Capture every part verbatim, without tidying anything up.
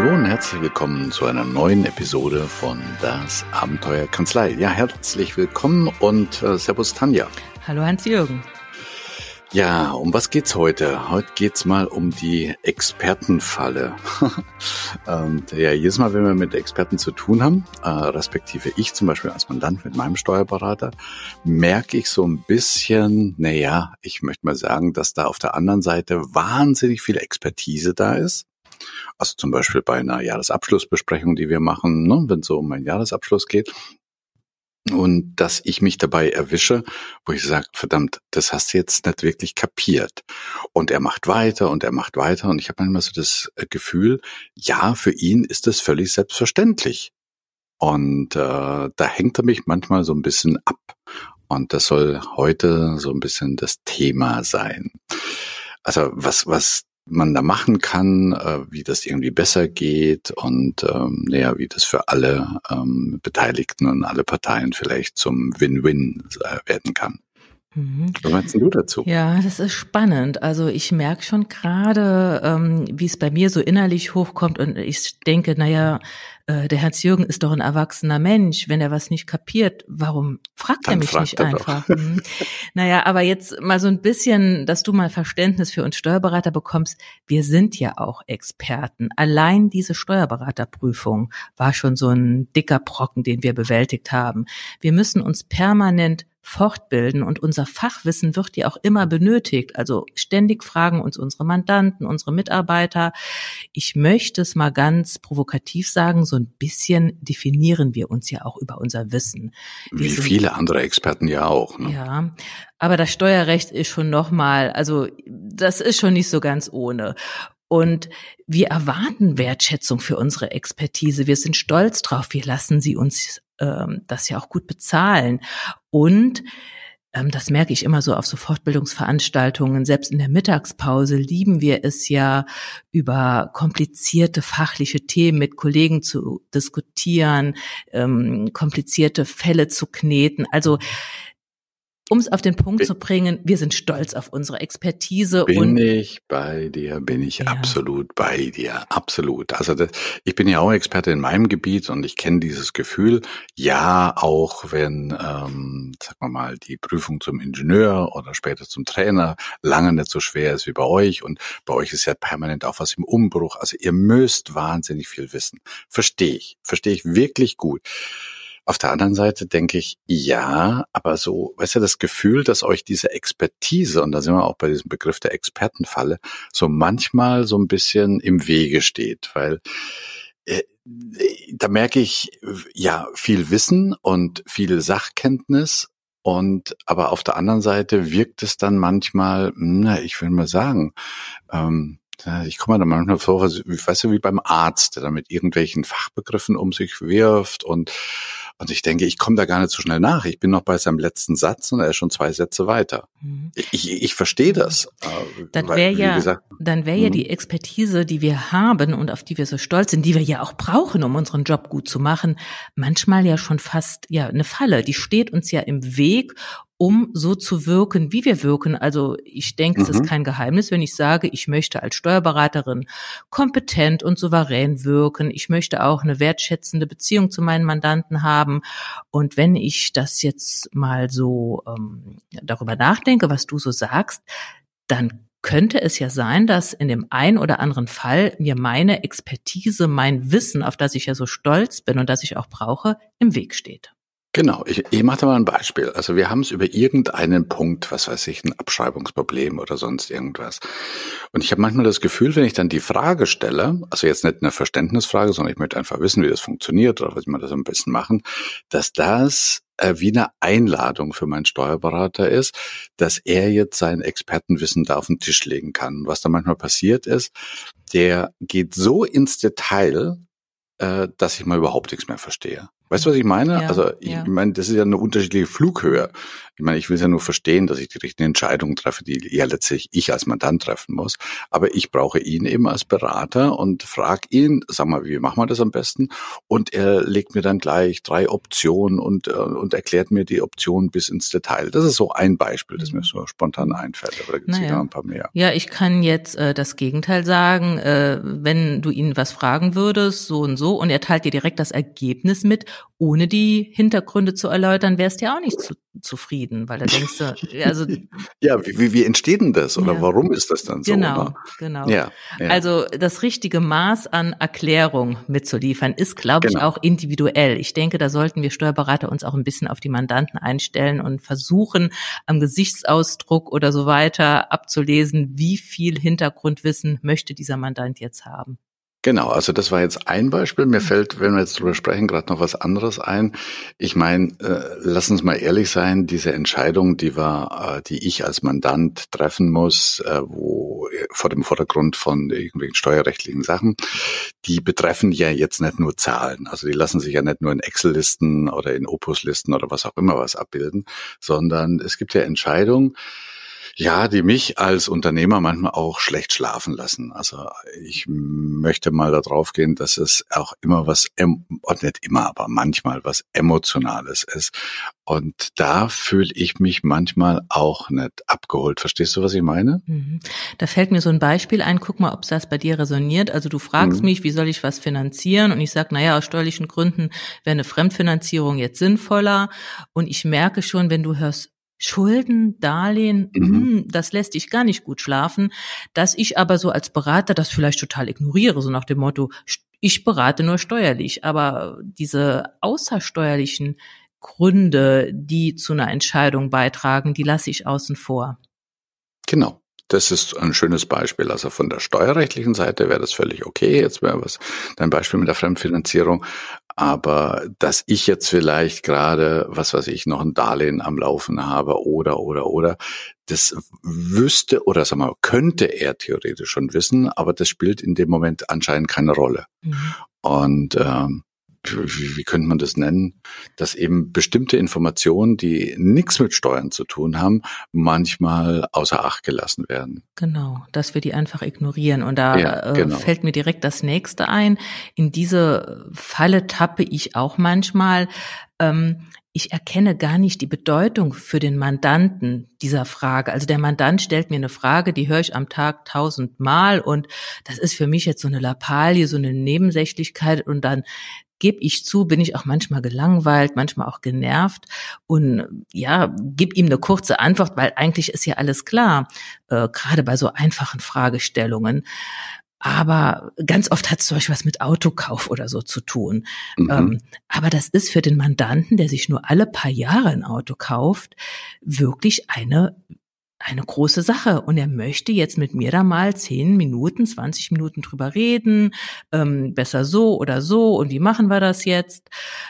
Hallo und herzlich willkommen zu einer neuen Episode von Das Abenteuer Kanzlei. Ja, herzlich willkommen und äh, Servus Tanja. Hallo Hans-Jürgen. Ja, um was geht's heute? Heute geht's mal um die Expertenfalle. Und ja, jedes Mal, wenn wir mit Experten zu tun haben, äh, respektive ich zum Beispiel als Mandant mit meinem Steuerberater, merke ich so ein bisschen, naja, ich möchte mal sagen, dass da auf der anderen Seite wahnsinnig viel Expertise da ist. Also zum Beispiel bei einer Jahresabschlussbesprechung, die wir machen, ne, wenn es so um einen Jahresabschluss geht. Und dass ich mich dabei erwische, wo ich sage, verdammt, das hast du jetzt nicht wirklich kapiert. Und er macht weiter und er macht weiter. Und ich habe manchmal so das Gefühl, ja, für ihn ist das völlig selbstverständlich. Und äh, da hängt er mich manchmal so ein bisschen ab. Und das soll heute so ein bisschen das Thema sein. Also was, was man da machen kann, äh, wie das irgendwie besser geht und ähm, naja, wie das für alle ähm, Beteiligten und alle Parteien vielleicht zum Win-Win äh, werden kann. Mhm. Was meinst du dazu? Ja, das ist spannend. Also ich merke schon gerade, ähm, wie es bei mir so innerlich hochkommt und ich denke, naja, äh, der Hans-Jürgen ist doch ein erwachsener Mensch. Wenn er was nicht kapiert, warum fragt Dann er mich fragt nicht er einfach? Hm. Naja, aber jetzt mal so ein bisschen, dass du mal Verständnis für uns Steuerberater bekommst. Wir sind ja auch Experten. Allein diese Steuerberaterprüfung war schon so ein dicker Brocken, den wir bewältigt haben. Wir müssen uns permanent fortbilden und unser Fachwissen wird ja auch immer benötigt. Also ständig fragen uns unsere Mandanten, unsere Mitarbeiter. Ich möchte es mal ganz provokativ sagen, so ein bisschen definieren wir uns ja auch über unser Wissen. Wir Wie sind, viele andere Experten ja auch. Ne? Ja, aber das Steuerrecht ist schon nochmal, also das ist schon nicht so ganz ohne. Und wir erwarten Wertschätzung für unsere Expertise. Wir sind stolz drauf. Wir lassen sie uns ähm, das ja auch gut bezahlen. Und ähm, das merke ich immer so auf so Fortbildungsveranstaltungen. Selbst in der Mittagspause lieben wir es ja, über komplizierte fachliche Themen mit Kollegen zu diskutieren, ähm, komplizierte Fälle zu kneten. Also um es auf den Punkt Bin, zu bringen, wir sind stolz auf unsere Expertise. bin und ich bei dir, bin ich ja. absolut bei dir, absolut. Also das, ich bin ja auch Experte in meinem Gebiet und ich kenne dieses Gefühl, ja, auch wenn, ähm, sagen wir mal, die Prüfung zum Ingenieur oder später zum Trainer lange nicht so schwer ist wie bei euch und bei euch ist ja permanent auch was im Umbruch. Also ihr müsst wahnsinnig viel wissen. Verstehe ich, verstehe ich wirklich gut. Auf der anderen Seite denke ich, ja, aber so, weißt du, das Gefühl, dass euch diese Expertise, und da sind wir auch bei diesem Begriff der Expertenfalle, so manchmal so ein bisschen im Wege steht, weil äh, da merke ich, ja, viel Wissen und viel Sachkenntnis und aber auf der anderen Seite wirkt es dann manchmal, na, ich will mal sagen, ähm, ich komme mir da manchmal vor, weißt du, wie beim Arzt, der da mit irgendwelchen Fachbegriffen um sich wirft und und ich denke, ich komme da gar nicht so schnell nach. Ich bin noch bei seinem letzten Satz und er ist schon zwei Sätze weiter. Mhm. Ich, ich, ich verstehe das. Dann wäre ja, dann wäre ja die Expertise, die wir haben und auf die wir so stolz sind, die wir ja auch brauchen, um unseren Job gut zu machen, manchmal ja schon fast ja eine Falle. Die steht uns ja im Weg, um so zu wirken, wie wir wirken. Also ich denke, es mhm. ist kein Geheimnis, wenn ich sage, ich möchte als Steuerberaterin kompetent und souverän wirken. Ich möchte auch eine wertschätzende Beziehung zu meinen Mandanten haben. Und wenn ich das jetzt mal so ähm, darüber nachdenke, was du so sagst, dann könnte es ja sein, dass in dem einen oder anderen Fall mir meine Expertise, mein Wissen, auf das ich ja so stolz bin und das ich auch brauche, im Weg steht. Genau, ich, ich mache da mal ein Beispiel. Also wir haben es über irgendeinen Punkt, was weiß ich, ein Abschreibungsproblem oder sonst irgendwas. Und ich habe manchmal das Gefühl, wenn ich dann die Frage stelle, also jetzt nicht eine Verständnisfrage, sondern ich möchte einfach wissen, wie das funktioniert oder was wir das am besten machen, dass das äh, wie eine Einladung für meinen Steuerberater ist, dass er jetzt sein Expertenwissen da auf den Tisch legen kann. Was da manchmal passiert ist, der geht so ins Detail, äh, dass ich mal überhaupt nichts mehr verstehe. Weißt du, was ich meine? Ja, also ich ja. meine, das ist ja eine unterschiedliche Flughöhe. Ich meine, ich will es ja nur verstehen, dass ich die richtigen Entscheidungen treffe, die ja letztlich ich als Mandant treffen muss. Aber ich brauche ihn eben als Berater und frage ihn, sag mal, wie machen wir das am besten? Und er legt mir dann gleich drei Optionen und, und erklärt mir die Optionen bis ins Detail. Das ist so ein Beispiel, das mir so spontan einfällt. Aber da gibt es naja. sicher noch ein paar mehr. Ja, ich kann jetzt äh, das Gegenteil sagen. Äh, wenn du ihn was fragen würdest, so und so, und er teilt dir direkt das Ergebnis mit, ohne die Hintergründe zu erläutern, wärst du ja auch nicht zu, zufrieden, weil da denkst du, also ja, wie, wie, wie entsteht denn das oder ja. warum ist das dann so? Genau, ne? genau. Ja, ja. Also das richtige Maß an Erklärung mitzuliefern ist, glaube Genau. ich, auch individuell. Ich denke, da sollten wir Steuerberater uns auch ein bisschen auf die Mandanten einstellen und versuchen, am Gesichtsausdruck oder so weiter abzulesen, wie viel Hintergrundwissen möchte dieser Mandant jetzt haben. Genau, also das war jetzt ein Beispiel. Mir fällt, wenn wir jetzt drüber sprechen, gerade noch was anderes ein. Ich meine, äh, lass uns mal ehrlich sein, diese Entscheidung, die wir, äh, die ich als Mandant treffen muss, äh, wo vor dem Vordergrund von irgendwelchen steuerrechtlichen Sachen, die betreffen ja jetzt nicht nur Zahlen. Also die lassen sich ja nicht nur in Excel-Listen oder in Opus-Listen oder was auch immer was abbilden, sondern es gibt ja Entscheidungen, ja, die mich als Unternehmer manchmal auch schlecht schlafen lassen. Also ich möchte mal da drauf gehen, dass es auch immer was, und nicht immer, aber manchmal was Emotionales ist. Und da fühle ich mich manchmal auch nicht abgeholt. Verstehst du, was ich meine? Mhm. Da fällt mir so ein Beispiel ein. Guck mal, ob das bei dir resoniert. Also du fragst mhm. mich, wie soll ich was finanzieren? Und ich sage, naja, aus steuerlichen Gründen wäre eine Fremdfinanzierung jetzt sinnvoller. Und ich merke schon, wenn du hörst, Schulden, Darlehen, mhm. das lässt dich gar nicht gut schlafen, dass ich aber so als Berater das vielleicht total ignoriere, so nach dem Motto, ich berate nur steuerlich, aber diese außersteuerlichen Gründe, die zu einer Entscheidung beitragen, die lasse ich außen vor. Genau. Das ist ein schönes Beispiel. Also von der steuerrechtlichen Seite wäre das völlig okay. Jetzt wäre was dein Beispiel mit der Fremdfinanzierung. Aber dass ich jetzt vielleicht gerade, was weiß ich, noch ein Darlehen am Laufen habe oder, oder, oder, das wüsste oder sag mal, könnte er theoretisch schon wissen, aber das spielt in dem Moment anscheinend keine Rolle. Mhm. Und ähm, Wie, wie könnte man das nennen, dass eben bestimmte Informationen, die nichts mit Steuern zu tun haben, manchmal außer Acht gelassen werden. Genau, dass wir die einfach ignorieren. Und da ja, genau. äh, fällt mir direkt das Nächste ein. In diese Falle tappe ich auch manchmal. Ähm, ich erkenne gar nicht die Bedeutung für den Mandanten dieser Frage. Also der Mandant stellt mir eine Frage, die höre ich am Tag tausendmal und das ist für mich jetzt so eine Lappalie, so eine Nebensächlichkeit und dann gebe ich zu, bin ich auch manchmal gelangweilt, manchmal auch genervt und ja, gib ihm eine kurze Antwort, weil eigentlich ist ja alles klar, äh, gerade bei so einfachen Fragestellungen. Aber ganz oft hat es zum Beispiel was mit Autokauf oder so zu tun. Mhm. Ähm, aber das ist für den Mandanten, der sich nur alle paar Jahre ein Auto kauft, wirklich eine eine große Sache. Und er möchte jetzt mit mir da mal zehn Minuten, zwanzig Minuten drüber reden, ähm, besser so oder so und wie machen wir das jetzt?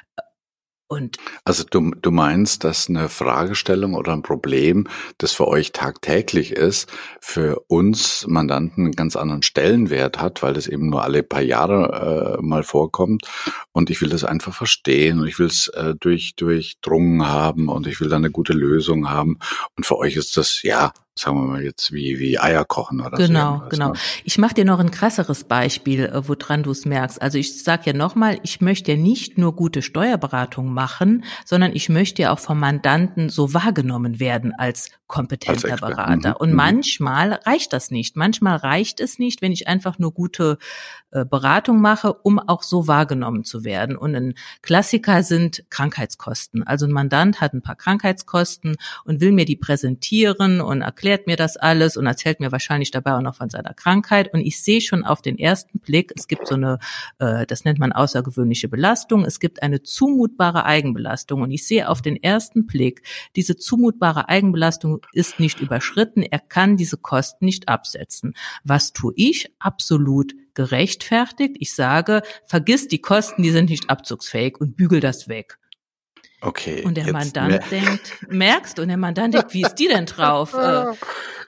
Und also du, du meinst, dass eine Fragestellung oder ein Problem, das für euch tagtäglich ist, für uns Mandanten einen ganz anderen Stellenwert hat, weil das eben nur alle paar Jahre äh, mal vorkommt und ich will das einfach verstehen und ich will es äh, durch durchdrungen haben und ich will da eine gute Lösung haben und für euch ist das, ja, sagen wir mal jetzt wie wie Eier kochen oder so. Genau, genau. Ne? Ich mache dir noch ein krasseres Beispiel, woran du es merkst. Also ich sage ja nochmal, ich möchte ja nicht nur gute Steuerberatung machen, sondern ich möchte ja auch vom Mandanten so wahrgenommen werden als kompetenter als Berater. Mhm. Und mhm. manchmal reicht das nicht. Manchmal reicht es nicht, wenn ich einfach nur gute äh, Beratung mache, um auch so wahrgenommen zu werden. Und ein Klassiker sind Krankheitskosten. Also ein Mandant hat ein paar Krankheitskosten und will mir die präsentieren und erklärt mir das alles und erzählt mir wahrscheinlich dabei auch noch von seiner Krankheit. Und ich sehe schon auf den ersten Blick, es gibt so eine, äh, das nennt man außergewöhnliche Belastung, es gibt eine zumutbare Eigenbelastung. Und ich sehe auf den ersten Blick, diese zumutbare Eigenbelastung ist nicht überschritten, er kann diese Kosten nicht absetzen. Was tue ich? Absolut gerechtfertigt. Ich sage, vergiss die Kosten, die sind nicht abzugsfähig und bügel das weg. Okay. Und der Mandant denkt, merkst du, und der Mandant denkt, wie ist die denn drauf? Äh,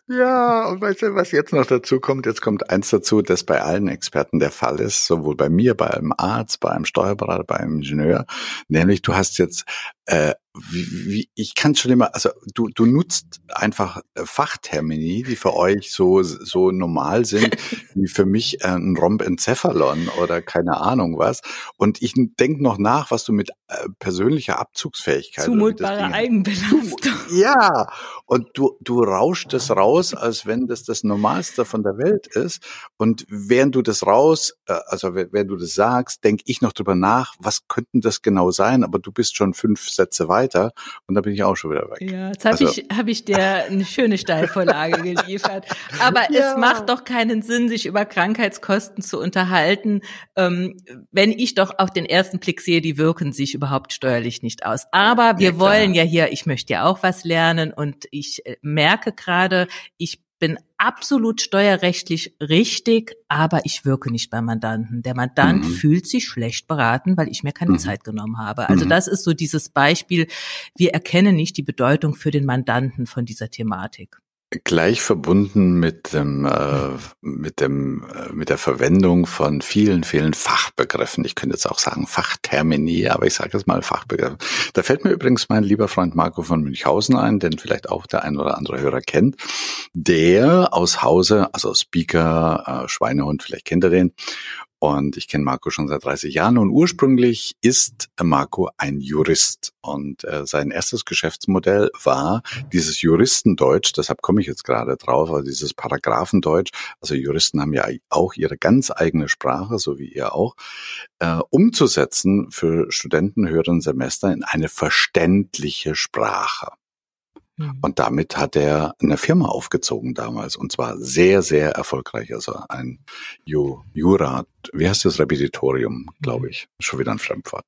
Ja, und weißt du, was jetzt noch dazu kommt? Jetzt kommt eins dazu, das bei allen Experten der Fall ist, sowohl bei mir, bei einem Arzt, bei einem Steuerberater, bei einem Ingenieur, nämlich du hast jetzt äh, wie, wie, ich kann schon immer, also du du nutzt einfach Fachtermini, die für euch so so normal sind, wie für mich äh, ein Rhombencephalon oder keine Ahnung was. Und ich denke noch nach, was du mit äh, persönlicher Abzugsfähigkeit, zumutbare Eigenbelastung. Ja, und du du rauscht das raus, als wenn das das Normalste von der Welt ist. Und während du das raus, äh, also während du das sagst, denke ich noch drüber nach, was könnten das genau sein? Aber du bist schon fünf Sätze weiter. Und da bin ich auch schon wieder weg. Ja, jetzt habe also, ich, hab ich dir eine schöne Steilvorlage geliefert. Aber ja. Es macht doch keinen Sinn, sich über Krankheitskosten zu unterhalten, ähm, wenn ich doch auf den ersten Blick sehe, die wirken sich überhaupt steuerlich nicht aus. Aber wir ja, wollen ja hier, ich möchte ja auch was lernen und ich merke gerade, ich bin absolut steuerrechtlich richtig, aber ich wirke nicht beim Mandanten. Der Mandant mhm. fühlt sich schlecht beraten, weil ich mir keine mhm. Zeit genommen habe. Also mhm. das ist so dieses Beispiel, wir erkennen nicht die Bedeutung für den Mandanten von dieser Thematik. Gleich verbunden mit dem, äh, mit dem, äh, mit der Verwendung von vielen, vielen Fachbegriffen. Ich könnte jetzt auch sagen Fachtermini, aber ich sage jetzt mal Fachbegriffe. Da fällt mir übrigens mein lieber Freund Marco von Münchhausen ein, den vielleicht auch der ein oder andere Hörer kennt, der aus Hause, also Speaker, äh, Schweinehund, vielleicht kennt ihr den. Und ich kenne Marco schon seit dreißig Jahren und ursprünglich ist Marco ein Jurist und äh, sein erstes Geschäftsmodell war dieses Juristendeutsch, deshalb komme ich jetzt gerade drauf, also dieses Paragraphendeutsch, also Juristen haben ja auch ihre ganz eigene Sprache, so wie ihr auch, äh, umzusetzen für Studenten höheren Semester in eine verständliche Sprache. Und damit hat er eine Firma aufgezogen damals und zwar sehr, sehr erfolgreich. Also ein Ju- Jura, wie heißt das, Repetitorium, glaube ich. Schon wieder ein Fremdwort.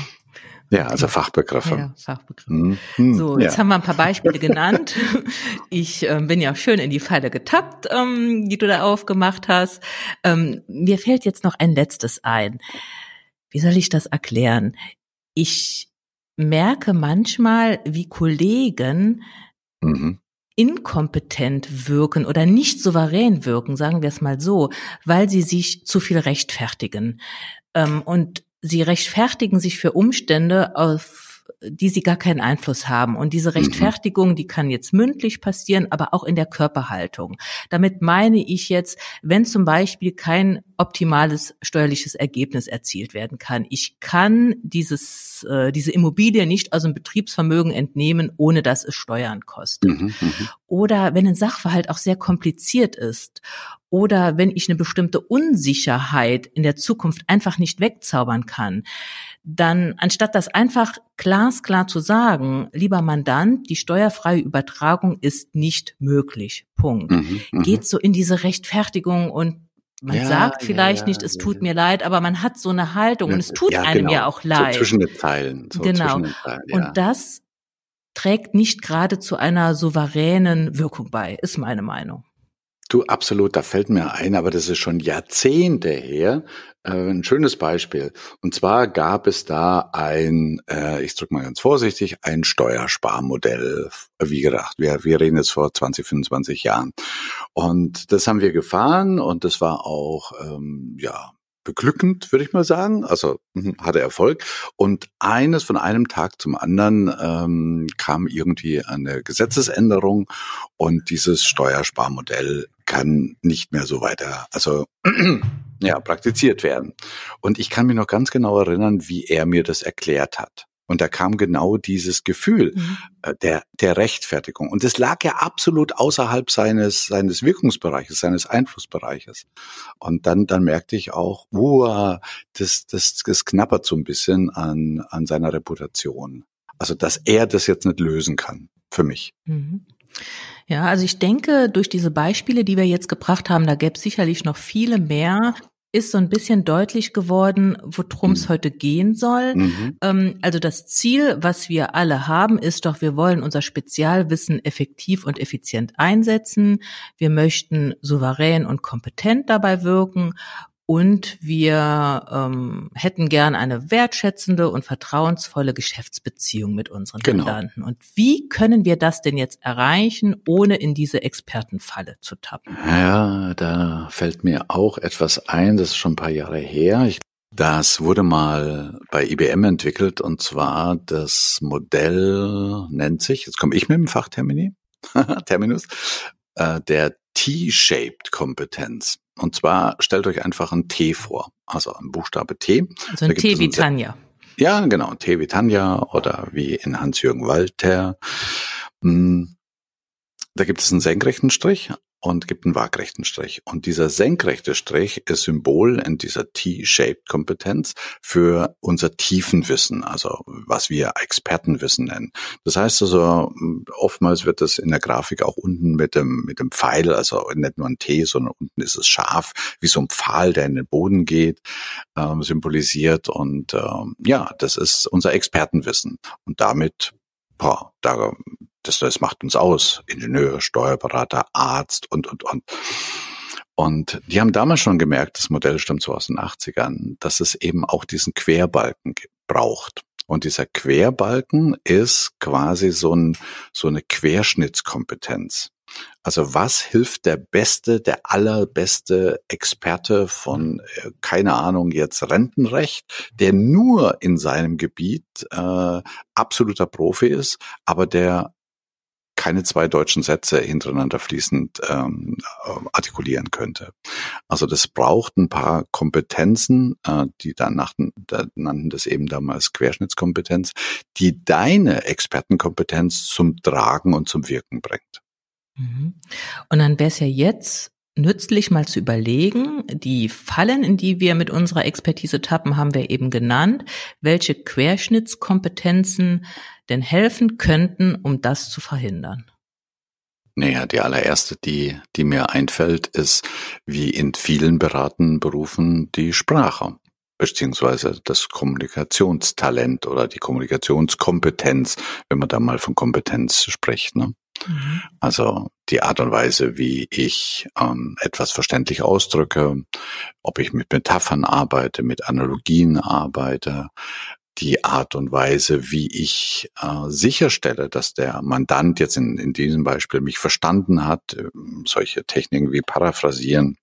Ja, also Fachbegriffe. Ja, Fachbegriffe. Mhm. So, jetzt ja. haben wir ein paar Beispiele genannt. Ich äh, bin ja schön in die Falle getappt, ähm, die du da aufgemacht hast. Ähm, mir fällt jetzt noch ein letztes ein. Wie soll ich das erklären? Ich merke manchmal, wie Kollegen mhm. inkompetent wirken oder nicht souverän wirken, sagen wir es mal so, weil sie sich zu viel rechtfertigen. Ähm, und sie rechtfertigen sich für Umstände, auf die sie gar keinen Einfluss haben. Und diese Rechtfertigung, die kann jetzt mündlich passieren, aber auch in der Körperhaltung. Damit meine ich jetzt, wenn zum Beispiel kein optimales steuerliches Ergebnis erzielt werden kann. Ich kann dieses, äh, diese Immobilie nicht aus dem Betriebsvermögen entnehmen, ohne dass es Steuern kostet. Mhm, oder wenn ein Sachverhalt auch sehr kompliziert ist. Oder wenn ich eine bestimmte Unsicherheit in der Zukunft einfach nicht wegzaubern kann, dann anstatt das einfach glasklar zu sagen, lieber Mandant, die steuerfreie Übertragung ist nicht möglich, Punkt. Mhm, geht so in diese Rechtfertigung und man ja, sagt vielleicht ja, ja, nicht, es tut ja. mir leid, aber man hat so eine Haltung und es tut ja, einem genau. ja auch leid. So zwischen den Zeilen. So genau. Zwischen den Zeilen, ja. Und das trägt nicht gerade zu einer souveränen Wirkung bei, ist meine Meinung. Du, absolut, da fällt mir ein, aber das ist schon Jahrzehnte her, äh, ein schönes Beispiel. Und zwar gab es da ein, äh, ich drücke mal ganz vorsichtig, ein Steuersparmodell, wie gedacht. Wir, wir reden jetzt vor zwanzig, fünfundzwanzig Jahren. Und das haben wir gefahren und das war auch, ähm, ja, beglückend, würde ich mal sagen. Also hatte Erfolg. Und eines von einem Tag zum anderen ähm, kam irgendwie eine Gesetzesänderung und dieses Steuersparmodell kann nicht mehr so weiter, also ja, praktiziert werden. Und ich kann mich noch ganz genau erinnern, wie er mir das erklärt hat. Und da kam genau dieses Gefühl mhm. äh, der der Rechtfertigung. Und das lag ja absolut außerhalb seines seines Wirkungsbereiches, seines Einflussbereiches. Und dann dann merkte ich auch, uh, das das das knappert so ein bisschen an an seiner Reputation. Also dass er das jetzt nicht lösen kann für mich. Mhm. Ja, also ich denke, durch diese Beispiele, die wir jetzt gebracht haben, da gäbe es sicherlich noch viele mehr. Ist so ein bisschen deutlich geworden, worum es mhm. heute gehen soll. Mhm. Ähm, also das Ziel, was wir alle haben, ist doch, wir wollen unser Spezialwissen effektiv und effizient einsetzen. Wir möchten souverän und kompetent dabei wirken. Und wir ähm, hätten gern eine wertschätzende und vertrauensvolle Geschäftsbeziehung mit unseren Genau. Mandanten. Und wie können wir das denn jetzt erreichen, ohne in diese Expertenfalle zu tappen? Ja, da fällt mir auch etwas ein, das ist schon ein paar Jahre her. Ich, das wurde mal bei I B M entwickelt, und zwar das Modell nennt sich, jetzt komme ich mit dem Fachtermini, Terminus, äh, der T-Shaped Kompetenz. Und zwar stellt euch einfach ein T vor, also ein Buchstabe T. Also ein T wie Tanja. Ja, genau, ein T wie Tanja oder wie in Hans-Jürgen Walther. Da gibt es einen senkrechten Strich und gibt einen waagrechten Strich. Und dieser senkrechte Strich ist Symbol in dieser T-Shaped Kompetenz für unser Tiefenwissen, also was wir Expertenwissen nennen. Das heißt also, oftmals wird das in der Grafik auch unten mit dem mit dem Pfeil, also nicht nur ein T, sondern unten ist es scharf, wie so ein Pfahl, der in den Boden geht, ähm, symbolisiert. Und ähm, ja, das ist unser Expertenwissen. Und damit, boah, da Das, das macht uns aus. Ingenieur, Steuerberater, Arzt und, und, und. Und die haben damals schon gemerkt, das Modell stammt so aus den achtzigern, dass es eben auch diesen Querbalken braucht. Und dieser Querbalken ist quasi so ein, so eine Querschnittskompetenz. Also was hilft der beste, der allerbeste Experte von, äh, keine Ahnung, jetzt Rentenrecht, der nur in seinem Gebiet äh, absoluter Profi ist, aber der keine zwei deutschen Sätze hintereinander fließend ähm, artikulieren könnte. Also das braucht ein paar Kompetenzen, äh, die dann nach, da nannten das eben damals Querschnittskompetenz, die deine Expertenkompetenz zum Tragen und zum Wirken bringt. Und dann wäre es ja jetzt nützlich, mal zu überlegen, die Fallen, in die wir mit unserer Expertise tappen, haben wir eben genannt, welche Querschnittskompetenzen denn helfen könnten, um das zu verhindern. Naja, die allererste, die, die mir einfällt, ist, wie in vielen beratenden Berufen, die Sprache, beziehungsweise das Kommunikationstalent oder die Kommunikationskompetenz, wenn man da mal von Kompetenz spricht, ne? Mhm. Also die Art und Weise, wie ich ähm, etwas verständlich ausdrücke, ob ich mit Metaphern arbeite, mit Analogien arbeite, die Art und Weise, wie ich äh, sicherstelle, dass der Mandant jetzt in, in diesem Beispiel mich verstanden hat, äh, solche Techniken wie Paraphrasieren.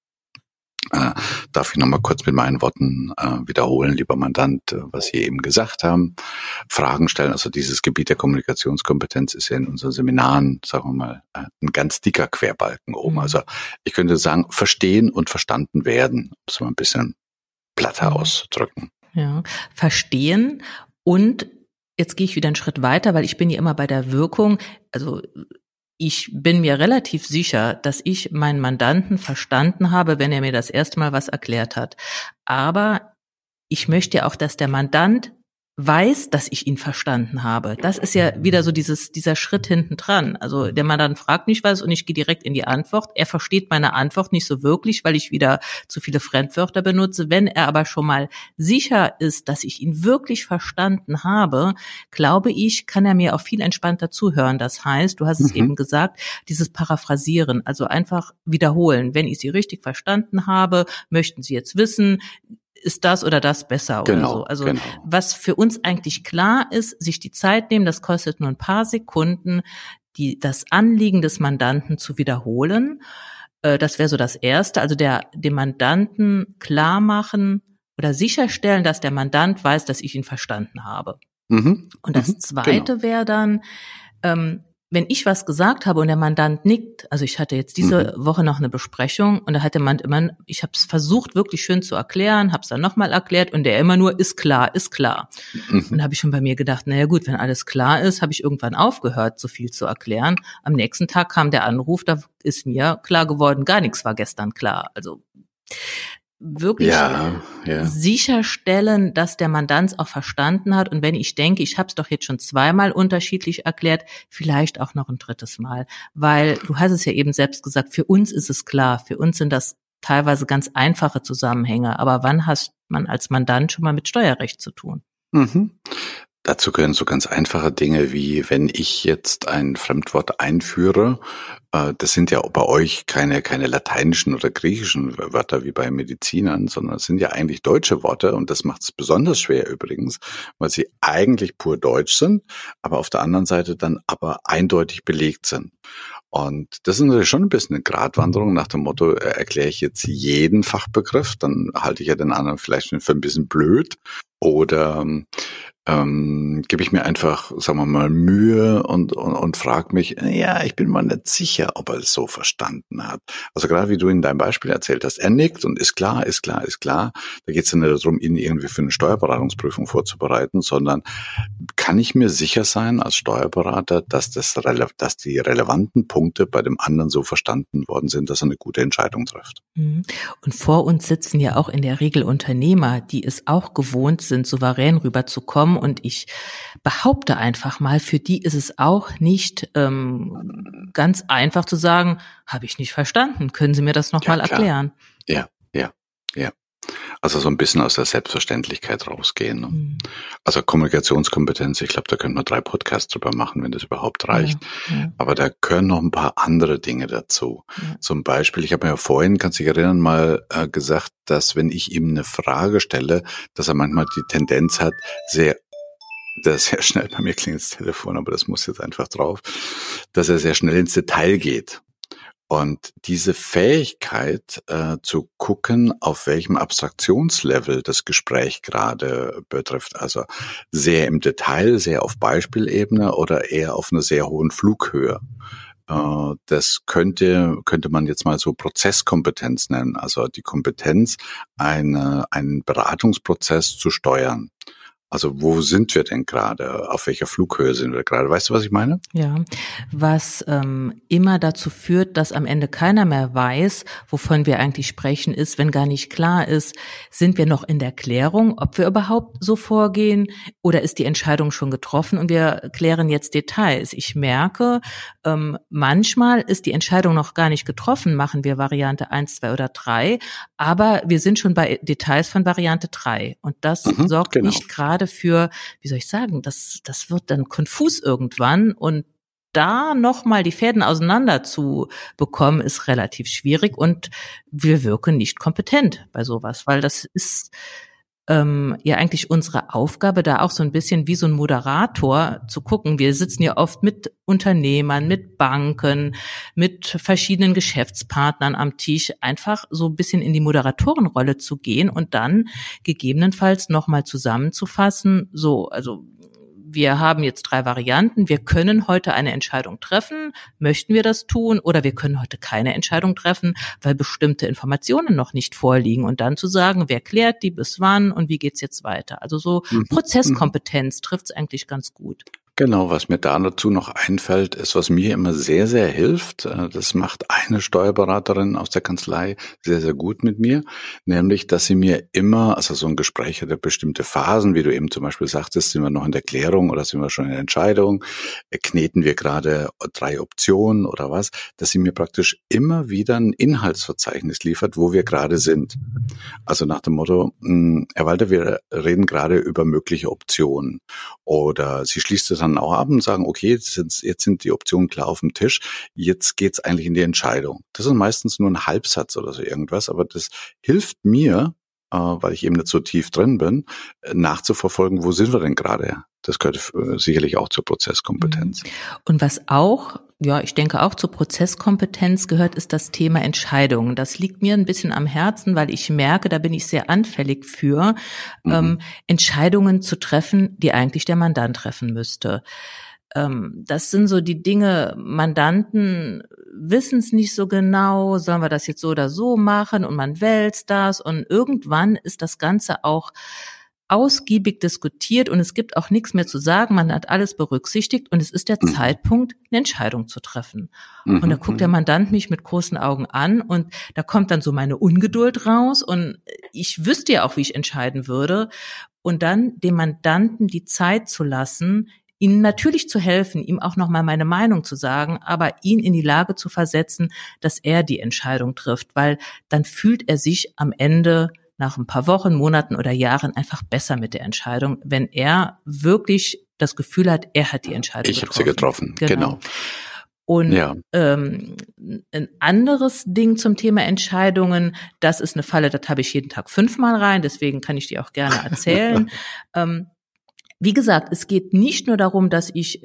Äh, darf ich nochmal kurz mit meinen Worten äh, wiederholen, lieber Mandant, äh, was Sie eben gesagt haben. Fragen stellen, also dieses Gebiet der Kommunikationskompetenz ist ja in unseren Seminaren, sagen wir mal, äh, ein ganz dicker Querbalken oben. Mhm. Also ich könnte sagen, verstehen und verstanden werden, um es mal ein bisschen platter mhm. auszudrücken. Ja, verstehen. Und jetzt gehe ich wieder einen Schritt weiter, weil ich bin ja immer bei der Wirkung, also ich bin mir relativ sicher, dass ich meinen Mandanten verstanden habe, wenn er mir das erste Mal was erklärt hat. Aber ich möchte ja auch, dass der Mandant weiß, dass ich ihn verstanden habe. Das ist ja wieder so dieses dieser Schritt hinten dran. Also der Mandant fragt mich was und ich gehe direkt in die Antwort. Er versteht meine Antwort nicht so wirklich, weil ich wieder zu viele Fremdwörter benutze. Wenn er aber schon mal sicher ist, dass ich ihn wirklich verstanden habe, glaube ich, kann er mir auch viel entspannter zuhören. Das heißt, du hast es mhm. eben gesagt, dieses Paraphrasieren, also einfach wiederholen. Wenn ich Sie richtig verstanden habe, möchten Sie jetzt wissen, ist das oder das besser genau, oder so. Also genau. Was für uns eigentlich klar ist, sich die Zeit nehmen, das kostet nur ein paar Sekunden, die das Anliegen des Mandanten zu wiederholen. Äh, das wäre so das Erste. Also der dem Mandanten klar machen oder sicherstellen, dass der Mandant weiß, dass ich ihn verstanden habe. Mhm. Und das mhm, Zweite genau. wäre dann, ähm, wenn ich was gesagt habe und der Mandant nickt, also ich hatte jetzt diese mhm. Woche noch eine Besprechung und da hat der Mandant immer, ich habe es versucht wirklich schön zu erklären, habe es dann nochmal erklärt und der immer nur, ist klar, ist klar. Mhm. Und da habe ich schon bei mir gedacht, naja gut, wenn alles klar ist, habe ich irgendwann aufgehört, so viel zu erklären. Am nächsten Tag kam der Anruf, da ist mir klar geworden, gar nichts war gestern klar. Also wirklich ja, ja. sicherstellen, dass der Mandant es auch verstanden hat. Und wenn ich denke, ich habe es doch jetzt schon zweimal unterschiedlich erklärt, vielleicht auch noch ein drittes Mal. Weil du hast es ja eben selbst gesagt, für uns ist es klar, für uns sind das teilweise ganz einfache Zusammenhänge. Aber wann hast man als Mandant schon mal mit Steuerrecht zu tun? Mhm. Dazu gehören so ganz einfache Dinge wie, wenn ich jetzt ein Fremdwort einführe, äh, das sind ja bei euch keine keine lateinischen oder griechischen Wörter wie bei Medizinern, sondern es sind ja eigentlich deutsche Worte und das macht es besonders schwer übrigens, weil sie eigentlich pur deutsch sind, aber auf der anderen Seite dann aber eindeutig belegt sind. Und das ist natürlich schon ein bisschen eine Gratwanderung nach dem Motto, äh, erkläre ich jetzt jeden Fachbegriff, dann halte ich ja den anderen vielleicht für ein bisschen blöd. Oder ähm, gebe ich mir einfach, sagen wir mal, Mühe und, und, und frage mich, ja, ich bin mal nicht sicher, ob er es so verstanden hat. Also gerade wie du in deinem Beispiel erzählt hast, er nickt und ist klar, ist klar, ist klar. Da geht es ja nicht darum, ihn irgendwie für eine Steuerberatungsprüfung vorzubereiten, sondern kann ich mir sicher sein als Steuerberater, dass, das, dass die relevanten Punkte bei dem anderen so verstanden worden sind, dass er eine gute Entscheidung trifft. Und vor uns sitzen ja auch in der Regel Unternehmer, die es auch gewohnt sind, souverän rüberzukommen. Und ich behaupte einfach mal, für die ist es auch nicht ähm, ganz einfach zu sagen, habe ich nicht verstanden. Können Sie mir das nochmal ja, erklären? Ja, ja, ja. Also so ein bisschen aus der Selbstverständlichkeit rausgehen. Ne? Mhm. Also Kommunikationskompetenz, ich glaube, da können wir drei Podcasts drüber machen, wenn das überhaupt reicht. Ja, ja. Aber da gehören noch ein paar andere Dinge dazu. Ja. Zum Beispiel, ich habe mir ja vorhin, kannst du dich erinnern, mal äh, gesagt, dass wenn ich ihm eine Frage stelle, dass er manchmal die Tendenz hat, sehr Das ist sehr schnell, bei mir klingt das Telefon, aber das muss jetzt einfach drauf, dass er sehr schnell ins Detail geht. Und diese Fähigkeit äh, zu gucken, auf welchem Abstraktionslevel das Gespräch gerade betrifft, also sehr im Detail, sehr auf Beispielebene oder eher auf einer sehr hohen Flughöhe. Äh, das könnte könnte man jetzt mal so Prozesskompetenz nennen, also die Kompetenz, eine, einen Beratungsprozess zu steuern. Also wo sind wir denn gerade? Auf welcher Flughöhe sind wir gerade? Weißt du, was ich meine? Ja, was ähm, immer dazu führt, dass am Ende keiner mehr weiß, wovon wir eigentlich sprechen, ist, wenn gar nicht klar ist, sind wir noch in der Klärung, ob wir überhaupt so vorgehen oder ist die Entscheidung schon getroffen und wir klären jetzt Details. Ich merke, ähm, manchmal ist die Entscheidung noch gar nicht getroffen, machen wir Variante eins, zwei oder drei, aber wir sind schon bei Details von Variante drei und das mhm, sorgt genau. nicht gerade für, wie soll ich sagen, das, das wird dann konfus irgendwann und da nochmal die Fäden auseinander zu bekommen, ist relativ schwierig und wir wirken nicht kompetent bei sowas, weil das ist ähm, ja eigentlich unsere Aufgabe, da auch so ein bisschen wie so ein Moderator zu gucken. Wir sitzen ja oft mit Unternehmern, mit Banken, mit verschiedenen Geschäftspartnern am Tisch, einfach so ein bisschen in die Moderatorenrolle zu gehen und dann gegebenenfalls nochmal zusammenzufassen, so, also wir haben jetzt drei Varianten. Wir können heute eine Entscheidung treffen. Möchten wir das tun? Oder wir können heute keine Entscheidung treffen, weil bestimmte Informationen noch nicht vorliegen. Und dann zu sagen, wer klärt die bis wann und wie geht's jetzt weiter? Also so mhm. Prozesskompetenz trifft's eigentlich ganz gut. Genau, was mir da dazu noch einfällt, ist, was mir immer sehr, sehr hilft. Das macht eine Steuerberaterin aus der Kanzlei sehr, sehr gut mit mir, nämlich, dass sie mir immer, also so ein Gespräch hat ja bestimmte Phasen, wie du eben zum Beispiel sagtest, sind wir noch in der Klärung oder sind wir schon in der Entscheidung, kneten wir gerade drei Optionen oder was, dass sie mir praktisch immer wieder ein Inhaltsverzeichnis liefert, wo wir gerade sind. Also nach dem Motto, Herr Walter, wir reden gerade über mögliche Optionen oder sie schließt es dann auch ab und sagen, okay, jetzt sind, jetzt sind die Optionen klar auf dem Tisch, jetzt geht's eigentlich in die Entscheidung. Das ist meistens nur ein Halbsatz oder so irgendwas, aber das hilft mir, äh, weil ich eben nicht so tief drin bin, nachzuverfolgen, wo sind wir denn gerade? Das gehört äh, sicherlich auch zur Prozesskompetenz. Und was auch, ja, ich denke auch zur Prozesskompetenz gehört, ist das Thema Entscheidungen. Das liegt mir ein bisschen am Herzen, weil ich merke, da bin ich sehr anfällig für, mhm. ähm, Entscheidungen zu treffen, die eigentlich der Mandant treffen müsste. Ähm, das sind so die Dinge, Mandanten wissen es nicht so genau, sollen wir das jetzt so oder so machen und man wälzt das und irgendwann ist das Ganze auch ausgiebig diskutiert und es gibt auch nichts mehr zu sagen, man hat alles berücksichtigt und es ist der mhm. Zeitpunkt, eine Entscheidung zu treffen. Mhm. Und da guckt der Mandant mich mit großen Augen an und da kommt dann so meine Ungeduld raus und ich wüsste ja auch, wie ich entscheiden würde und dann dem Mandanten die Zeit zu lassen, ihm natürlich zu helfen, ihm auch nochmal meine Meinung zu sagen, aber ihn in die Lage zu versetzen, dass er die Entscheidung trifft, weil dann fühlt er sich am Ende nach ein paar Wochen, Monaten oder Jahren einfach besser mit der Entscheidung, wenn er wirklich das Gefühl hat, er hat die Entscheidung ich getroffen. Ich habe sie getroffen, genau. genau. Und ja. ähm, ein anderes Ding zum Thema Entscheidungen, das ist eine Falle, das habe ich jeden Tag fünfmal rein, deswegen kann ich die auch gerne erzählen. ähm, wie gesagt, es geht nicht nur darum, dass ich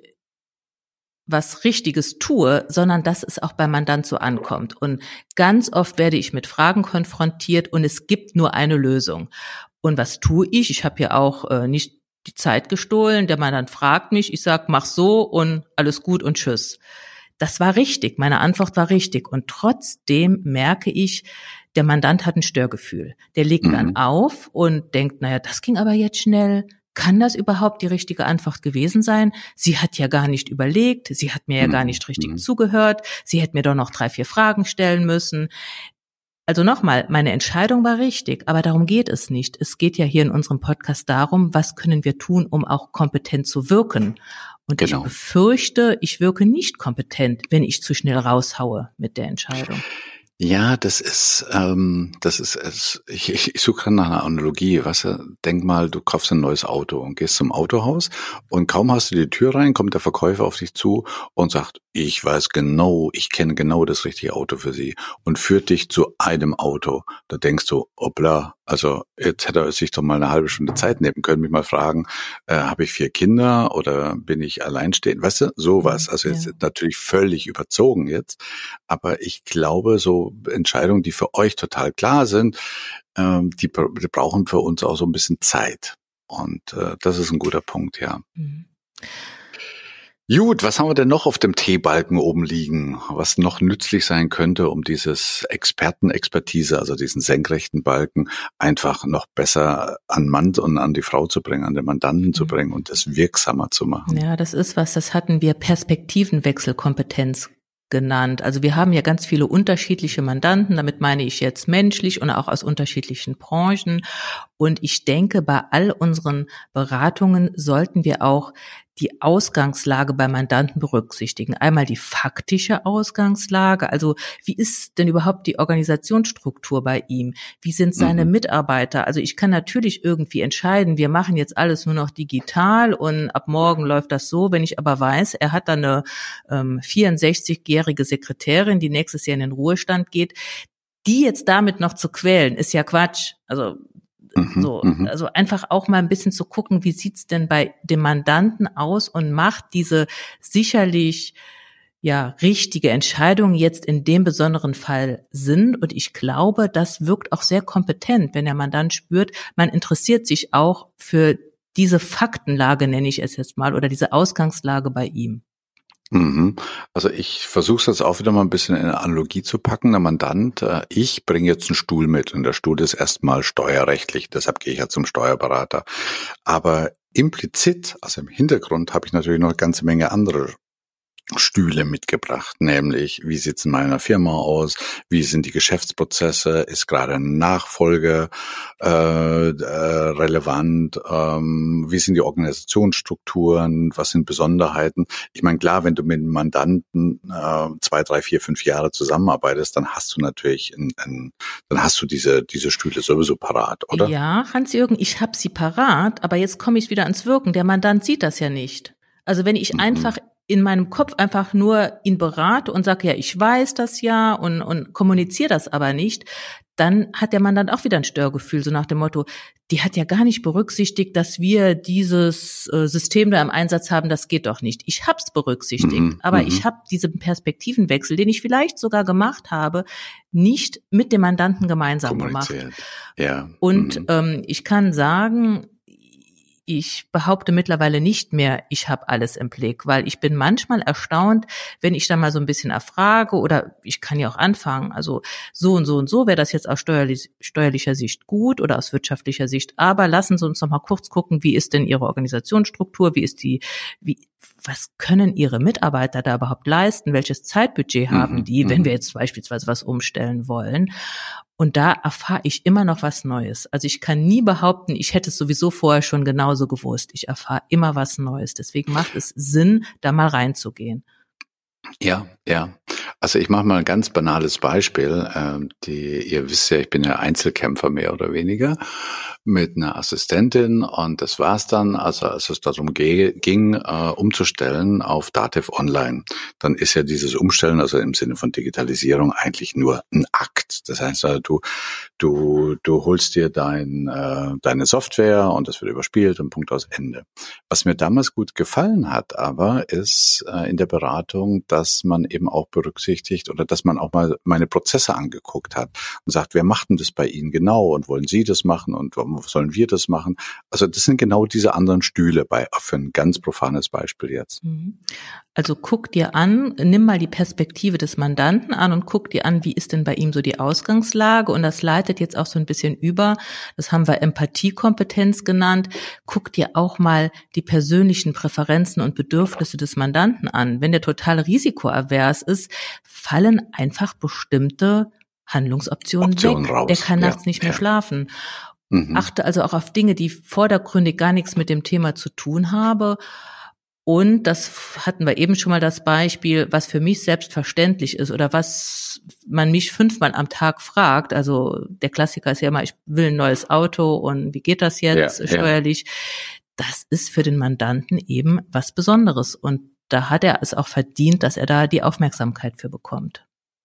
was Richtiges tue, sondern dass es auch beim Mandant so ankommt. Und ganz oft werde ich mit Fragen konfrontiert und es gibt nur eine Lösung. Und was tue ich? Ich habe hier auch äh, nicht die Zeit gestohlen. Der Mandant fragt mich, ich sage, mach so und alles gut und tschüss. Das war richtig, meine Antwort war richtig. Und trotzdem merke ich, der Mandant hat ein Störgefühl. Der legt mhm. dann auf und denkt, naja, das ging aber jetzt schnell. Kann das überhaupt die richtige Antwort gewesen sein? Sie hat ja gar nicht überlegt, sie hat mir ja gar nicht richtig mhm. zugehört, sie hätte mir doch noch drei, vier Fragen stellen müssen. Also nochmal, meine Entscheidung war richtig, aber darum geht es nicht. Es geht ja hier in unserem Podcast darum, was können wir tun, um auch kompetent zu wirken. Und genau. ich befürchte, ich wirke nicht kompetent, wenn ich zu schnell raushaue mit der Entscheidung. Ja, das ist, ähm, das ist, es, ich, ich, ich suche gerade nach einer Analogie. Weißt du, denk mal, du kaufst ein neues Auto und gehst zum Autohaus und kaum hast du die Tür rein, kommt der Verkäufer auf dich zu und sagt, ich weiß genau, ich kenne genau das richtige Auto für Sie und führt dich zu einem Auto. Da denkst du, hoppla, also jetzt hätte er sich doch mal eine halbe Stunde Zeit nehmen können, mich mal fragen, äh, habe ich vier Kinder oder bin ich alleinstehend? Weißt du, sowas. Also jetzt ja. natürlich völlig überzogen jetzt, aber ich glaube, so Entscheidungen, die für euch total klar sind, ähm, die, die brauchen für uns auch so ein bisschen Zeit. Und äh, das ist ein guter Punkt, ja. Mhm. Gut, was haben wir denn noch auf dem T-Balken oben liegen, was noch nützlich sein könnte, um dieses Expertenexpertise, also diesen senkrechten Balken, einfach noch besser an Mann und an die Frau zu bringen, an den Mandanten zu bringen und das wirksamer zu machen? Ja, das ist was, das hatten wir Perspektivenwechselkompetenz genannt. Also wir haben ja ganz viele unterschiedliche Mandanten, damit meine ich jetzt menschlich und auch aus unterschiedlichen Branchen. Und ich denke, bei all unseren Beratungen sollten wir auch die Ausgangslage bei Mandanten berücksichtigen. Einmal die faktische Ausgangslage, also wie ist denn überhaupt die Organisationsstruktur bei ihm? Wie sind seine mhm. Mitarbeiter? Also ich kann natürlich irgendwie entscheiden, wir machen jetzt alles nur noch digital und ab morgen läuft das so. Wenn ich aber weiß, er hat dann eine ähm, vierundsechzigjährige Sekretärin, die nächstes Jahr in den Ruhestand geht, die jetzt damit noch zu quälen, ist ja Quatsch. Also So, also einfach auch mal ein bisschen zu gucken, wie sieht's denn bei dem Mandanten aus und macht diese sicherlich ja richtige Entscheidung jetzt in dem besonderen Fall Sinn. Und ich glaube, das wirkt auch sehr kompetent, wenn der Mandant spürt, man interessiert sich auch für diese Faktenlage, nenne ich es jetzt mal, oder diese Ausgangslage bei ihm. Also ich versuche es jetzt auch wieder mal ein bisschen in eine Analogie zu packen. Der Mandant, ich bringe jetzt einen Stuhl mit und der Stuhl ist erstmal steuerrechtlich, deshalb gehe ich ja zum Steuerberater. Aber implizit, also im Hintergrund, habe ich natürlich noch eine ganze Menge andere Stühle mitgebracht, nämlich wie sieht's in meiner Firma aus, wie sind die Geschäftsprozesse, ist gerade eine Nachfolge äh, äh, relevant, ähm, wie sind die Organisationsstrukturen, was sind Besonderheiten. Ich meine, klar, wenn du mit einem Mandanten äh, zwei, drei, vier, fünf Jahre zusammenarbeitest, dann hast du natürlich, ein, ein, dann hast du diese diese Stühle sowieso parat, oder? Ja, Hans-Jürgen, ich habe sie parat, aber jetzt komme ich wieder ans Wirken. Der Mandant sieht das ja nicht. Also wenn ich mhm. einfach in meinem Kopf einfach nur ihn berate und sage, ja, ich weiß das ja und, und kommuniziere das aber nicht, dann hat der Mandant auch wieder ein Störgefühl, so nach dem Motto, die hat ja gar nicht berücksichtigt, dass wir dieses äh, System da im Einsatz haben, das geht doch nicht. Ich hab's berücksichtigt, mhm, aber m- ich habe diesen Perspektivenwechsel, den ich vielleicht sogar gemacht habe, nicht mit dem Mandanten gemeinsam gemacht. Ja. Und mhm. ähm, ich kann sagen, ich behaupte mittlerweile nicht mehr, ich habe alles im Blick, weil ich bin manchmal erstaunt, wenn ich da mal so ein bisschen erfrage oder ich kann ja auch anfangen, also so und so und so wäre das jetzt aus steuerlich, steuerlicher Sicht gut oder aus wirtschaftlicher Sicht, aber lassen Sie uns noch mal kurz gucken, wie ist denn Ihre Organisationsstruktur, wie ist die, wie, was können Ihre Mitarbeiter da überhaupt leisten, welches Zeitbudget haben die, mhm. wenn wir jetzt beispielsweise was umstellen wollen. Und da erfahre ich immer noch was Neues. Also ich kann nie behaupten, ich hätte es sowieso vorher schon genauso gewusst. Ich erfahre immer was Neues. Deswegen macht es Sinn, da mal reinzugehen. Ja, ja. Also ich mache mal ein ganz banales Beispiel. Ähm, die, ihr wisst ja, ich bin ja Einzelkämpfer mehr oder weniger mit einer Assistentin und das war's dann. Also als es darum ge- ging, äh, umzustellen auf Datev Online, dann ist ja dieses Umstellen, also im Sinne von Digitalisierung, eigentlich nur ein Akt. Das heißt, also, du du du holst dir dein äh, deine Software und das wird überspielt und Punkt aus Ende. Was mir damals gut gefallen hat, aber ist äh, in der Beratung, dass man eben auch berücksichtigt oder dass man auch mal meine Prozesse angeguckt hat und sagt, wer macht denn das bei Ihnen genau und wollen Sie das machen und warum sollen wir das machen? Also das sind genau diese anderen Stühle bei, für ein ganz profanes Beispiel jetzt. Also guck dir an, nimm mal die Perspektive des Mandanten an und guck dir an, wie ist denn bei ihm so die Ausgangslage, und das leitet jetzt auch so ein bisschen über, das haben wir Empathiekompetenz genannt. Guck dir auch mal die persönlichen Präferenzen und Bedürfnisse des Mandanten an. Wenn der total risikoavers ist, fallen einfach bestimmte Handlungsoptionen Option weg. Raus. Der kann Ja, nachts nicht mehr ja. schlafen. Mhm. Achte also auch auf Dinge, die vordergründig gar nichts mit dem Thema zu tun haben. Und das hatten wir eben schon mal das Beispiel, was für mich selbstverständlich ist oder was man mich fünfmal am Tag fragt. Also der Klassiker ist ja immer, ich will ein neues Auto und wie geht das jetzt Ja, steuerlich? Ja. Das ist für den Mandanten eben was Besonderes. Und da hat er es auch verdient, dass er da die Aufmerksamkeit für bekommt.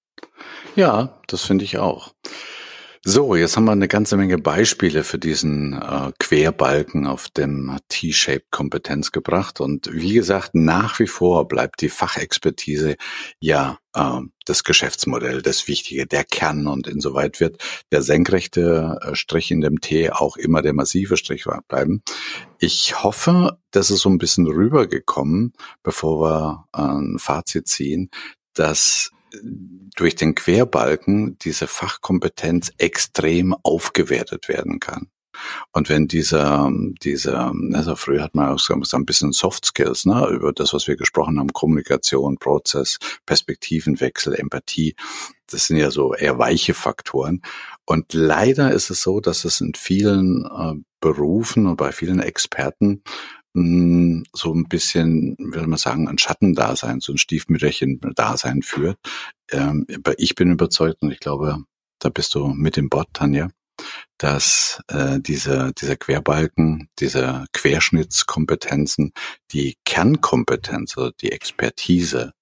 Ja, das finde ich auch. So, jetzt haben wir eine ganze Menge Beispiele für diesen äh, Querbalken auf dem T-Shaped Kompetenz gebracht. Und wie gesagt, nach wie vor bleibt die Fachexpertise ja äh, das Geschäftsmodell, das Wichtige, der Kern. Und insoweit wird der senkrechte äh, Strich in dem T auch immer der massive Strich bleiben. Ich hoffe, das ist so ein bisschen rübergekommen, bevor wir äh, ein Fazit ziehen, dass durch den Querbalken diese Fachkompetenz extrem aufgewertet werden kann. Und wenn dieser, dieser, also früher hat man auch so ein bisschen Soft Skills, ne, über das, was wir gesprochen haben, Kommunikation, Prozess, Perspektivenwechsel, Empathie, das sind ja so eher weiche Faktoren. Und leider ist es so, dass es in vielen äh, Berufen und bei vielen Experten so ein bisschen, will man sagen, ein Schattendasein, so ein Stiefmütterchen-Dasein führt. Ähm, aber ich bin überzeugt, und ich glaube, da bist du mit im Boot, Tanja, dass äh, diese, dieser Querbalken, diese Querschnittskompetenzen, die Kernkompetenz, also die Expertise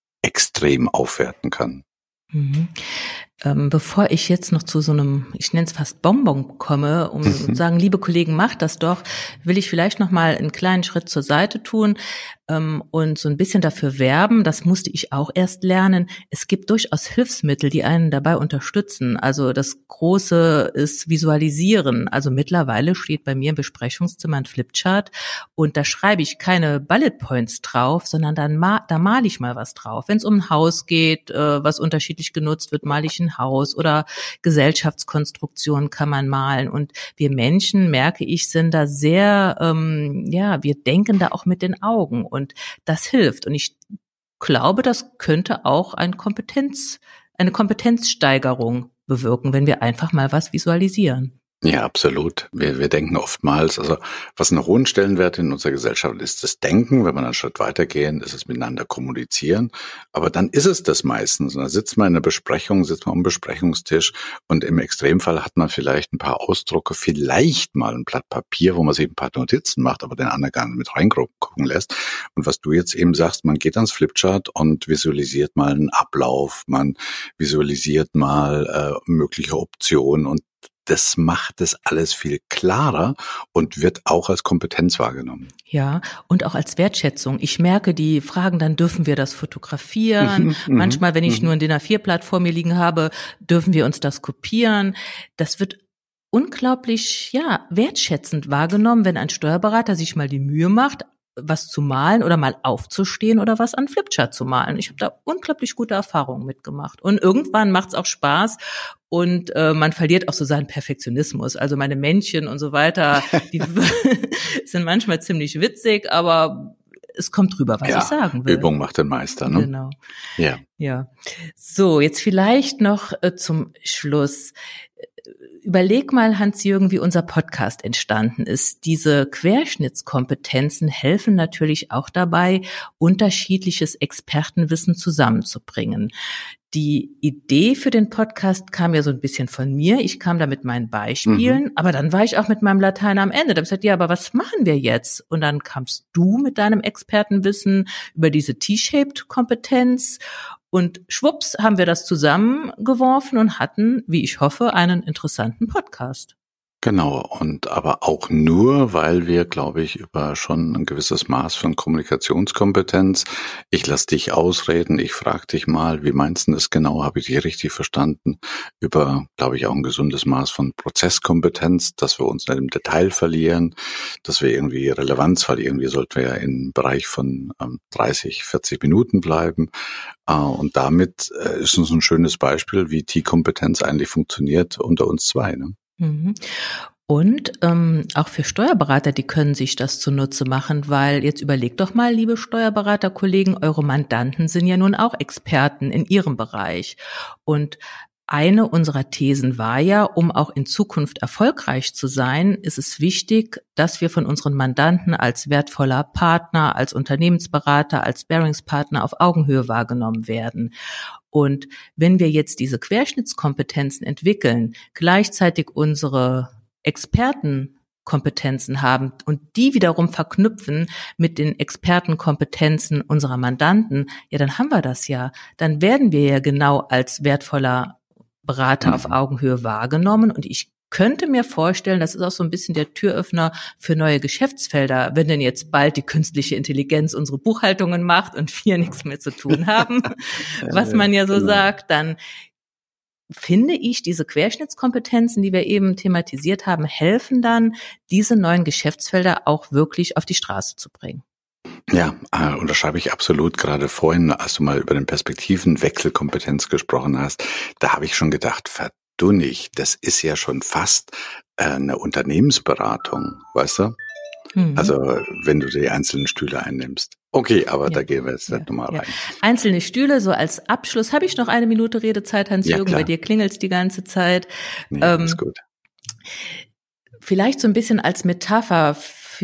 extrem aufwerten kann. Mhm. Ähm, bevor ich jetzt noch zu so einem, ich nenne es fast Bonbon komme, um zu sagen, liebe Kollegen, macht das doch, will ich vielleicht noch mal einen kleinen Schritt zur Seite tun ähm, und so ein bisschen dafür werben. Das musste ich auch erst lernen. Es gibt durchaus Hilfsmittel, die einen dabei unterstützen. Also das Große ist Visualisieren. Also mittlerweile steht bei mir im Besprechungszimmer ein Flipchart und da schreibe ich keine Bullet Points drauf, sondern dann ma- da male ich mal was drauf. Wenn es um ein Haus geht, äh, was unterschiedlich genutzt wird, male ich ein Haus oder Gesellschaftskonstruktionen kann man malen. Und wir Menschen, merke ich, sind da sehr, ähm, ja, wir denken da auch mit den Augen und das hilft. Und ich glaube, das könnte auch ein Kompetenz, eine Kompetenzsteigerung bewirken, wenn wir einfach mal was visualisieren. Ja, absolut. Wir, wir denken oftmals, also was einen hohen Stellenwert in unserer Gesellschaft ist, das Denken. Wenn wir einen Schritt weitergehen, ist es miteinander kommunizieren. Aber dann ist es das meistens. Und da sitzt man in einer Besprechung, sitzt man am Besprechungstisch und im Extremfall hat man vielleicht ein paar Ausdrucke, vielleicht mal ein Blatt Papier, wo man sich ein paar Notizen macht, aber den anderen gar nicht mit reingucken lässt. Und was du jetzt eben sagst, man geht ans Flipchart und visualisiert mal einen Ablauf, man visualisiert mal äh, mögliche Optionen und das macht es alles viel klarer und wird auch als Kompetenz wahrgenommen. Ja, und auch als Wertschätzung. Ich merke, die fragen dann, dürfen wir das fotografieren? Mhm, Manchmal, wenn ich mhm. nur ein D I N A vier Blatt vor mir liegen habe, dürfen wir uns das kopieren? Das wird unglaublich, ja, wertschätzend wahrgenommen, wenn ein Steuerberater sich mal die Mühe macht, was zu malen oder mal aufzustehen oder was an Flipchart zu malen. Ich habe da unglaublich gute Erfahrungen mitgemacht. Und irgendwann macht es auch Spaß und äh, man verliert auch so seinen Perfektionismus. Also meine Männchen und so weiter, die sind manchmal ziemlich witzig, aber es kommt drüber, was ja, ich sagen will. Übung macht den Meister, ne? Genau. Ja. Ja. So, jetzt vielleicht noch äh, zum Schluss. überleg mal, Hans-Jürgen, wie unser Podcast entstanden ist. Diese Querschnittskompetenzen helfen natürlich auch dabei, unterschiedliches Expertenwissen zusammenzubringen. Die Idee für den Podcast kam ja so ein bisschen von mir. Ich kam da mit meinen Beispielen, mhm. aber dann war ich auch mit meinem Latein am Ende. Da habe ich gesagt, ja, aber was machen wir jetzt? Und dann kamst du mit deinem Expertenwissen über diese T-Shaped-Kompetenz und schwupps haben wir das zusammengeworfen und hatten, wie ich hoffe, einen interessanten Podcast. Genau, und aber auch nur, weil wir, glaube ich, über schon ein gewisses Maß von Kommunikationskompetenz, ich lass dich ausreden, ich frage dich mal, wie meinst du das genau, habe ich dich richtig verstanden, über, glaube ich, auch ein gesundes Maß von Prozesskompetenz, dass wir uns nicht im Detail verlieren, dass wir irgendwie Relevanz verlieren, irgendwie sollten wir ja im Bereich von ähm, dreißig, vierzig Minuten bleiben. Uh, und damit äh, ist uns ein schönes Beispiel, wie T-Kompetenz eigentlich funktioniert unter uns zwei, ne? Und ähm, auch für Steuerberater, die können sich das zunutze machen, weil jetzt überlegt doch mal, liebe Steuerberaterkollegen, eure Mandanten sind ja nun auch Experten in ihrem Bereich. Und eine unserer Thesen war ja, um auch in Zukunft erfolgreich zu sein, ist es wichtig, dass wir von unseren Mandanten als wertvoller Partner, als Unternehmensberater, als Sparringspartner auf Augenhöhe wahrgenommen werden. Und wenn wir jetzt diese Querschnittskompetenzen entwickeln, gleichzeitig unsere Expertenkompetenzen haben und die wiederum verknüpfen mit den Expertenkompetenzen unserer Mandanten, ja, dann haben wir das ja. Dann werden wir ja genau als wertvoller Berater auf Augenhöhe wahrgenommen. Und ich könnte mir vorstellen, das ist auch so ein bisschen der Türöffner für neue Geschäftsfelder, wenn denn jetzt bald die künstliche Intelligenz unsere Buchhaltungen macht und wir nichts mehr zu tun haben, was man ja so sagt, dann finde ich, diese Querschnittskompetenzen, die wir eben thematisiert haben, helfen dann, diese neuen Geschäftsfelder auch wirklich auf die Straße zu bringen. Ja, äh, unterschreibe ich absolut. Gerade vorhin, als du mal über den Perspektivenwechselkompetenz gesprochen hast, da habe ich schon gedacht, du nicht, das ist ja schon fast äh, eine Unternehmensberatung, weißt du? Mhm. Also wenn du die einzelnen Stühle einnimmst. Okay, aber ja, da gehen wir jetzt ja, nicht nochmal rein. Ja. Einzelne Stühle, so als Abschluss. Habe ich noch eine Minute Redezeit, Hans-Jürgen? Ja, bei dir klingelt's die ganze Zeit. Nee, ähm, ist gut. Vielleicht so ein bisschen als Metapher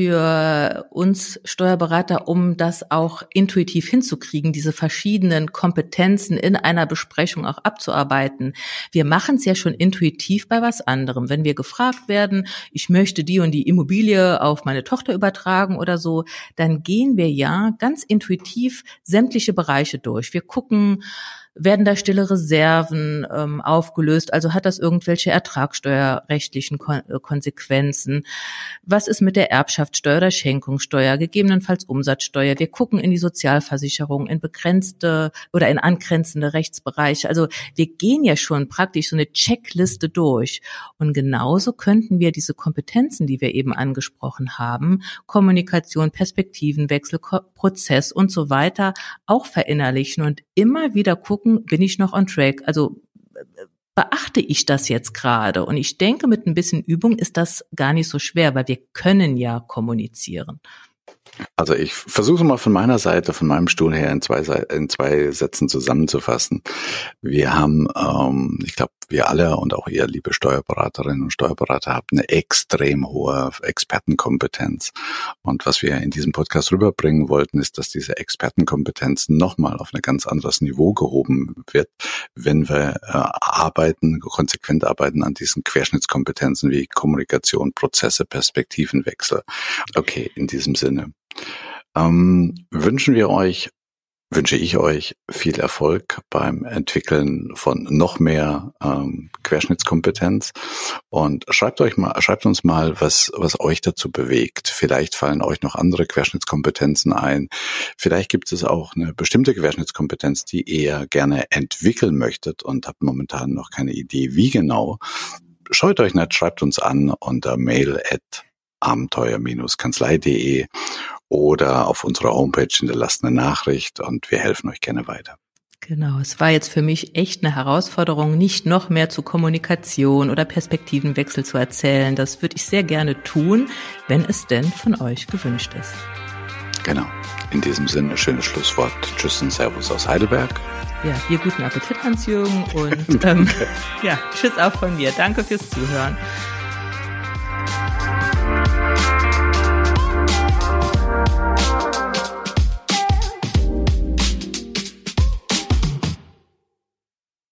für uns Steuerberater, um das auch intuitiv hinzukriegen, diese verschiedenen Kompetenzen in einer Besprechung auch abzuarbeiten. Wir machen es ja schon intuitiv bei was anderem. Wenn wir gefragt werden, ich möchte die und die Immobilie auf meine Tochter übertragen oder so, dann gehen wir ja ganz intuitiv sämtliche Bereiche durch. Wir gucken, werden da stille Reserven ähm, aufgelöst? Also hat das irgendwelche ertragssteuerrechtlichen Kon- Konsequenzen? Was ist mit der Erbschaftssteuer oder Schenkungssteuer, gegebenenfalls Umsatzsteuer? Wir gucken in die Sozialversicherung, in begrenzte oder in angrenzende Rechtsbereiche. Also wir gehen ja schon praktisch so eine Checkliste durch. Und genauso könnten wir diese Kompetenzen, die wir eben angesprochen haben, Kommunikation, Perspektivenwechsel, Ko- Prozess und so weiter, auch verinnerlichen und immer wieder gucken, bin ich noch on track? Also beachte ich das jetzt gerade? Und ich denke, mit ein bisschen Übung ist das gar nicht so schwer, weil wir können ja kommunizieren. Also ich versuche mal von meiner Seite, von meinem Stuhl her in zwei, in zwei Sätzen zusammenzufassen. Wir haben, ähm, ich glaube, wir alle und auch ihr, liebe Steuerberaterinnen und Steuerberater, habt eine extrem hohe Expertenkompetenz. Und was wir in diesem Podcast rüberbringen wollten, ist, dass diese Expertenkompetenz nochmal auf ein ganz anderes Niveau gehoben wird, wenn wir äh, arbeiten, konsequent arbeiten an diesen Querschnittskompetenzen wie Kommunikation, Prozesse, Perspektivenwechsel. Okay, in diesem Sinne. Ähm, wünschen wir euch, wünsche ich euch viel Erfolg beim Entwickeln von noch mehr ähm, Querschnittskompetenz und schreibt euch mal, schreibt uns mal, was was euch dazu bewegt. Vielleicht fallen euch noch andere Querschnittskompetenzen ein. Vielleicht gibt es auch eine bestimmte Querschnittskompetenz, die ihr gerne entwickeln möchtet und habt momentan noch keine Idee, wie genau. Scheut euch nicht, schreibt uns an unter mail at abenteuer Kanzlei punkt de oder auf unserer Homepage hinterlasst eine Nachricht und wir helfen euch gerne weiter. Genau, es war jetzt für mich echt eine Herausforderung, nicht noch mehr zu Kommunikation oder Perspektivenwechsel zu erzählen. Das würde ich sehr gerne tun, wenn es denn von euch gewünscht ist. Genau, in diesem Sinne schönes Schlusswort. Tschüss und Servus aus Heidelberg. ja, dir guten Appetit, Hans-Jürgen. Und ähm, ja, tschüss auch von mir. Danke fürs Zuhören.